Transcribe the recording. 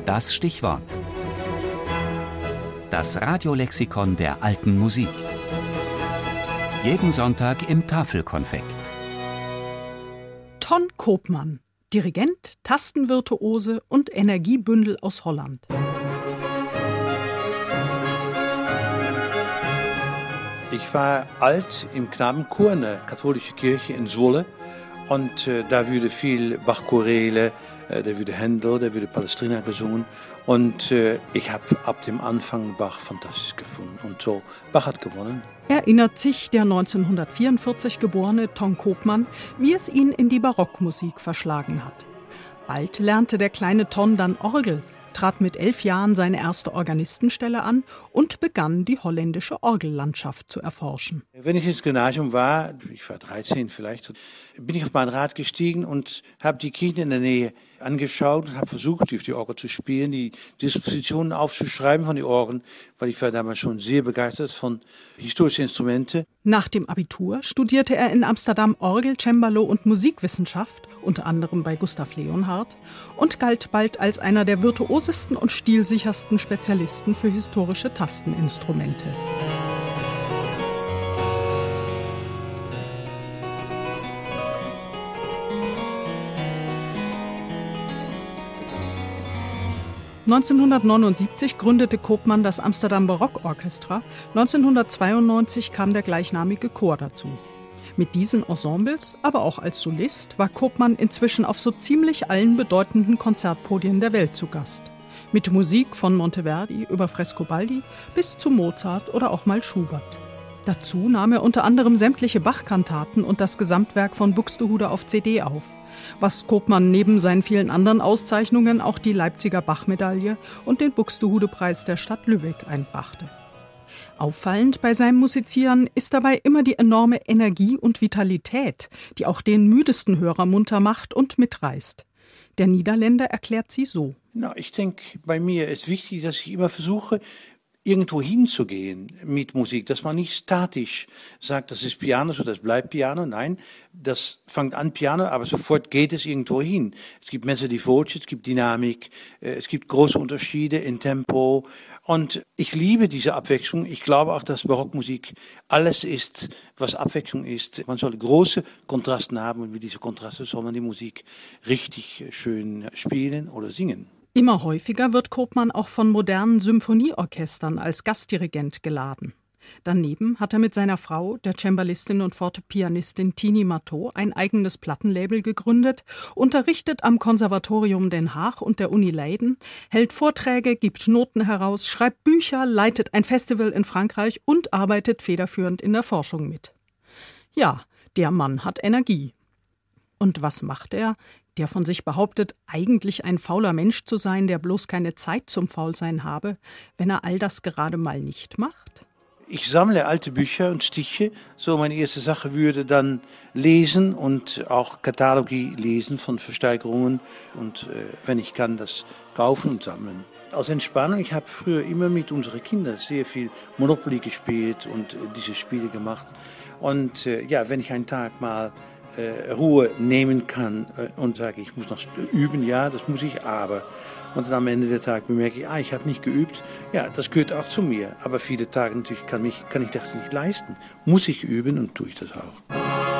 Das Stichwort. Das Radiolexikon der alten Musik. Jeden Sonntag im Tafelkonfekt. Ton Koopman, Dirigent, Tastenvirtuose und Energiebündel aus Holland. Ich war alt im Knabenchor in der katholischen Kirche in Zwolle und da wurde viel Bach-Choräle, da wurde Händel, da wurde Palestrina gesungen und ich habe ab dem Anfang Bach fantastisch gefunden und so, Bach hat gewonnen. Erinnert sich der 1944 geborene Ton Koopman, wie es ihn in die Barockmusik verschlagen hat. Bald lernte der kleine Ton dann Orgel, trat mit 11 Jahren seine erste Organistenstelle an und begann, die holländische Orgellandschaft zu erforschen. Wenn ich ins Gymnasium war, ich war 13 vielleicht, bin ich auf mein Rad gestiegen und habe die Kirchen in der Nähe angeschaut und habe versucht, auf die Orgel zu spielen, die Dispositionen aufzuschreiben von den Orgeln, weil ich war damals schon sehr begeistert von historischen Instrumenten. Nach dem Abitur studierte er in Amsterdam Orgel, Cembalo und Musikwissenschaft, unter anderem bei Gustav Leonhardt, und galt bald als einer der virtuosesten und stilsichersten Spezialisten für historische Tasteninstrumente. (1979) gründete Koopman das Amsterdam Barockorchestra, 1992 kam der gleichnamige Chor dazu. Mit diesen Ensembles, aber auch als Solist, war Koopman inzwischen auf so ziemlich allen bedeutenden Konzertpodien der Welt zu Gast. Mit Musik von Monteverdi über Frescobaldi bis zu Mozart oder auch mal Schubert. Dazu nahm er unter anderem sämtliche Bach-Kantaten und das Gesamtwerk von Buxtehude auf CD auf, was Koopman neben seinen vielen anderen Auszeichnungen auch die Leipziger Bach-Medaille und den Buxtehude-Preis der Stadt Lübeck einbrachte. Auffallend bei seinem Musizieren ist dabei immer die enorme Energie und Vitalität, die auch den müdesten Hörer munter macht und mitreißt. Der Niederländer erklärt sie so. Ich denke, bei mir ist wichtig, dass ich immer versuche, irgendwo hinzugehen mit Musik, dass man nicht statisch sagt, das ist Piano, so das bleibt Piano. Nein, das fängt an Piano, aber sofort geht es irgendwo hin. Es gibt mezzo di voce, es gibt Dynamik, es gibt große Unterschiede in Tempo und ich liebe diese Abwechslung. Ich glaube auch, dass Barockmusik alles ist, was Abwechslung ist. Man soll große Kontraste haben und mit diesen Kontrasten soll man die Musik richtig schön spielen oder singen. Immer häufiger wird Koopman auch von modernen Symphonieorchestern als Gastdirigent geladen. Daneben hat er mit seiner Frau, der Cembalistin und Fortepianistin Tini Matteau, ein eigenes Plattenlabel gegründet, unterrichtet am Konservatorium Den Haag und der Uni Leiden, hält Vorträge, gibt Noten heraus, schreibt Bücher, leitet ein Festival in Frankreich und arbeitet federführend in der Forschung mit. Ja, der Mann hat Energie. Und was macht er? Der von sich behauptet, eigentlich ein fauler Mensch zu sein, der bloß keine Zeit zum Faulsein habe, wenn er all das gerade mal nicht macht? Ich sammle alte Bücher und Stiche. So meine erste Sache würde dann lesen und auch Katalogie lesen von Versteigerungen und wenn ich kann, das kaufen und sammeln. Als Entspannung, ich habe früher immer mit unseren Kindern sehr viel Monopoly gespielt und diese Spiele gemacht. Und wenn ich einen Tag mal Ruhe nehmen kann und sage, ich muss noch üben, ja, das muss ich aber. Und dann am Ende der Tag bemerke ich, ich habe nicht geübt. Ja, das gehört auch zu mir. Aber viele Tage natürlich kann ich das nicht leisten. Muss ich üben und tue ich das auch.